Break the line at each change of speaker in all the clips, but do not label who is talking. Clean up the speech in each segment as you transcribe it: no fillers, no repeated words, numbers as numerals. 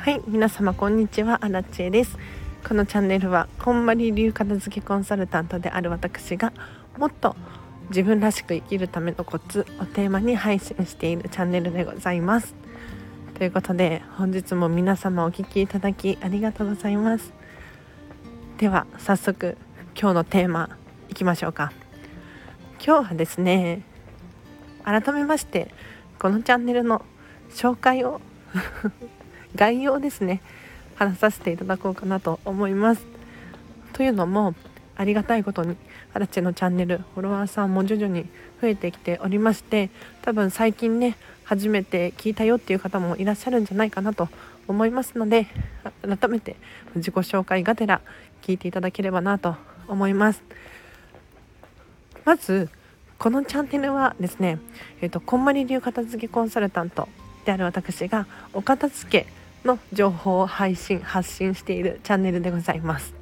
はい、皆様こんにちは、アラチェです。このチャンネルはこんまり流片付けコンサルタントである私がもっと自分らしく生きるためのコツをテーマに配信しているチャンネルでございます。ということで本日も皆様お聞きいただきありがとうございます。では早速今日のテーマいきましょうか。今日はですね、改めましてこのチャンネルの紹介を概要ですね、話させていただこうかなと思います。というのもありがたいことにアラチェのチャンネルフォロワーさんも徐々に増えてきておりまして、多分最近ね初めて聞いたよっていう方もいらっしゃるんじゃないかなと思いますので、改めて自己紹介がてら聞いていただければなと思います。まずこのチャンネルはですね、こんまり流片付けコンサルタントである私がお片付けの情報を発信しているチャンネルでございます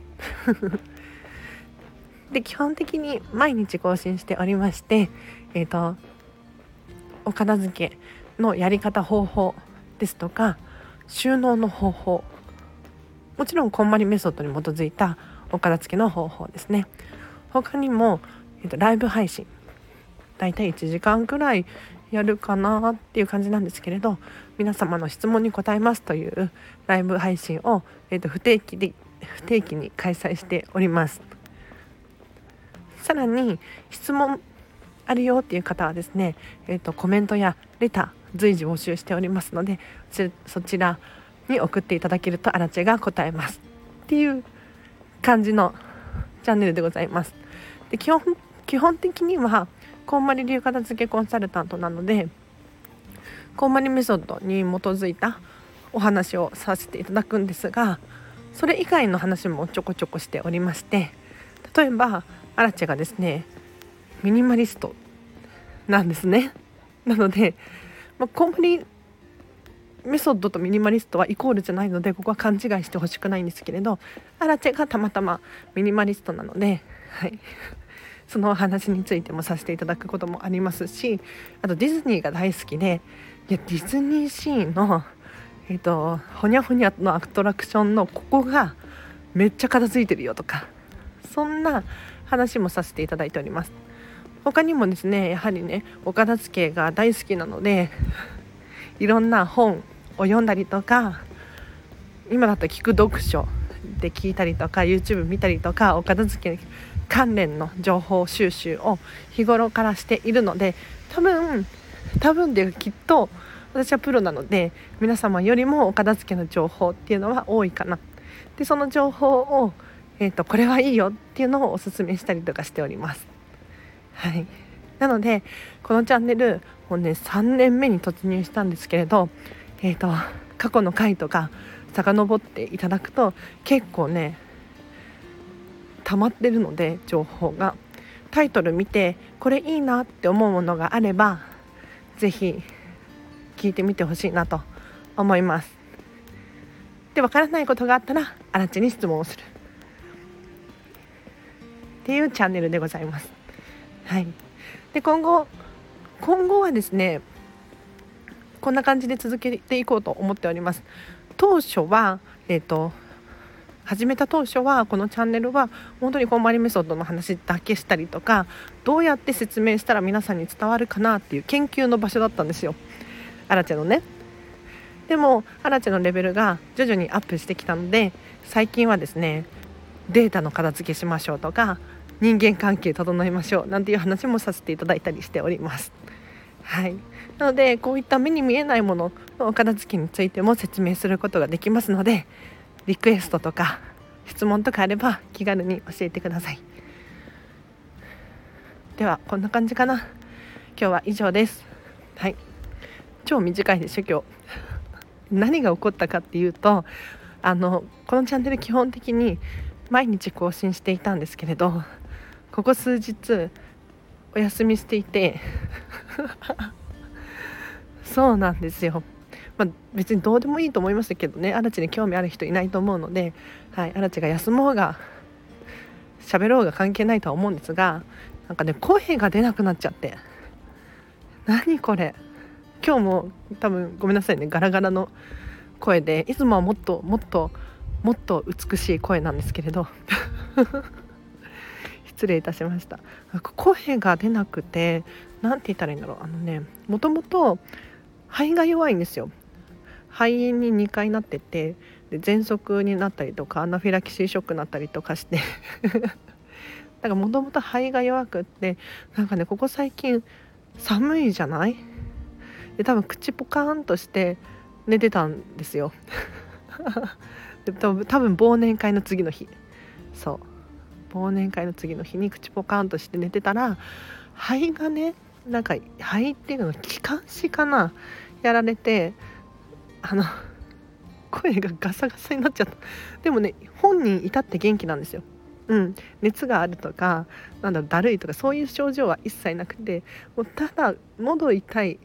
で、基本的に毎日更新しておりまして、お片付けのやり方方法ですとか収納の方法、もちろんこんまりメソッドに基づいたお片付けの方法ですね。他にも、ライブ配信だいたい1時間くらいやるかなっていう感じなんですけれど、皆様の質問に答えますというライブ配信を、不定期に開催しております。さらに質問あるよっていう方はですね、コメントやレター随時募集しておりますので、そちらに送っていただけるとアラチェが答えますっていう感じのチャンネルでございます。で、基本的にはこんまり流片付けコンサルタントなので、こんまりメソッドに基づいたお話をさせていただくんですが、それ以外の話もちょこちょこしておりまして、例えばアラチェがですねミニマリストなんですね。なので、こんまりメソッドとミニマリストはイコールじゃないので、ここは勘違いしてほしくないんですけれど、アラチェがたまたまミニマリストなので、そのお話についてもさせていただくこともありますし、あとディズニーが大好きで、ディズニーシーの、ほにゃほにゃのアトラクションのここがめっちゃ片付いてるよとか、そんな話もさせていただいております。他にもですね、やはりねお片付けが大好きなので、いろんな本を読んだりとか、今だと聞く読書で聞いたりとか YouTube 見たりとか、お片付け関連の情報収集を日頃からしているので、多分できっと私はプロなので、皆様よりもお片付けの情報っていうのは多いかな。で、その情報を、これはいいよっていうのをお勧めしたりとかしております。なのでこのチャンネルもうね3年目に突入したんですけれど、過去の回とか遡っていただくと結構ね溜まってるので、情報がタイトル見てこれいいなって思うものがあればぜひ聞いてみてほしいなと思います。で、わからないことがあったらアラチェに質問をするっていうチャンネルでございます。で、今後はですねこんな感じで続けていこうと思っております。当初は始めた当初はこのチャンネルは本当にこんまりメソッドの話だけしたりとか、どうやって説明したら皆さんに伝わるかなっていう研究の場所だったんですよ、アラチェのね。でもアラチェのレベルが徐々にアップしてきたので、最近はですねデータの片付けしましょうとか、人間関係整えましょうなんていう話もさせていただいたりしております。なのでこういった目に見えないもののお片付けについても説明することができますので、リクエストとか質問とかあれば気軽に教えてください。ではこんな感じかな。今日は以上です。超短いでしょ今日何が起こったかっていうと、このチャンネル基本的に毎日更新していたんですけれど、ここ数日お休みしていてそうなんですよ。別にどうでもいいと思いましたけどね、アラチに興味ある人いないと思うので、アラチが休もうが喋ろうが関係ないとは思うんですが、なんかね声が出なくなっちゃって、何これ、今日も多分ごめんなさいね、ガラガラの声で、いつもはもっともっともっと美しい声なんですけれど失礼いたしました。声が出なくて、なんて言ったらいいんだろう、もともと肺が弱いんですよ。肺炎に2回なってて、で喘息になったりとかアナフィラキシーショックになったりとかしてだからもともと肺が弱くって、ここ最近寒いじゃない。で多分口ポカーンとして寝てたんですよで多分忘年会の次の日、忘年会の次の日に口ポカーンとして寝てたら、肺がね、肺っていうのが気管支かな、やられて声がガサガサになっちゃった。でもね、本人至って元気なんですよ。熱があるとかだるいとかそういう症状は一切なくて、もうただ喉痛い、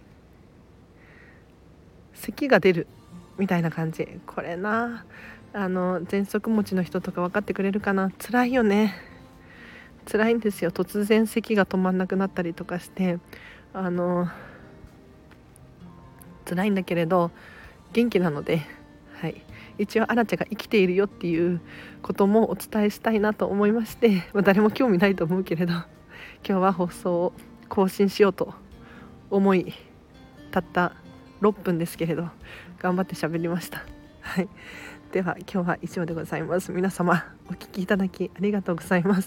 咳が出るみたいな感じ。これな、喘息持ちの人とか分かってくれるかな。辛いよね。辛いんですよ。突然咳が止まんなくなったりとかして辛いんだけれど元気なので、一応アラチェが生きているよっていうこともお伝えしたいなと思いまして、誰も興味ないと思うけれど今日は放送を更新しようと思い、たった6分ですけれど頑張って喋りました。では今日は以上でございます。皆様お聞きいただきありがとうございます。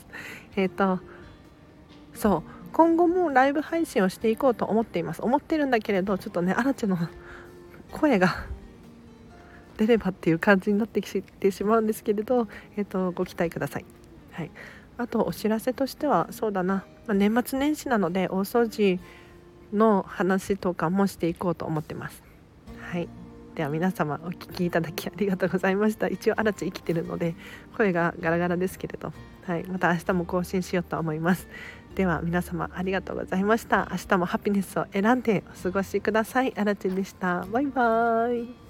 今後もライブ配信をしていこうと思ってるんだけれど、ちょっとねアラチェの声が出ればっていう感じになってきてしまうんですけれど、ご期待ください。あとお知らせとしては年末年始なので大掃除の話とかもしていこうと思ってます。では皆様お聞きいただきありがとうございました。一応アラチェ生きてるので声がガラガラですけれど、また明日も更新しようと思います。では皆様ありがとうございました。明日もハピネスを選んでお過ごしください。アラチェでした。バイバイ。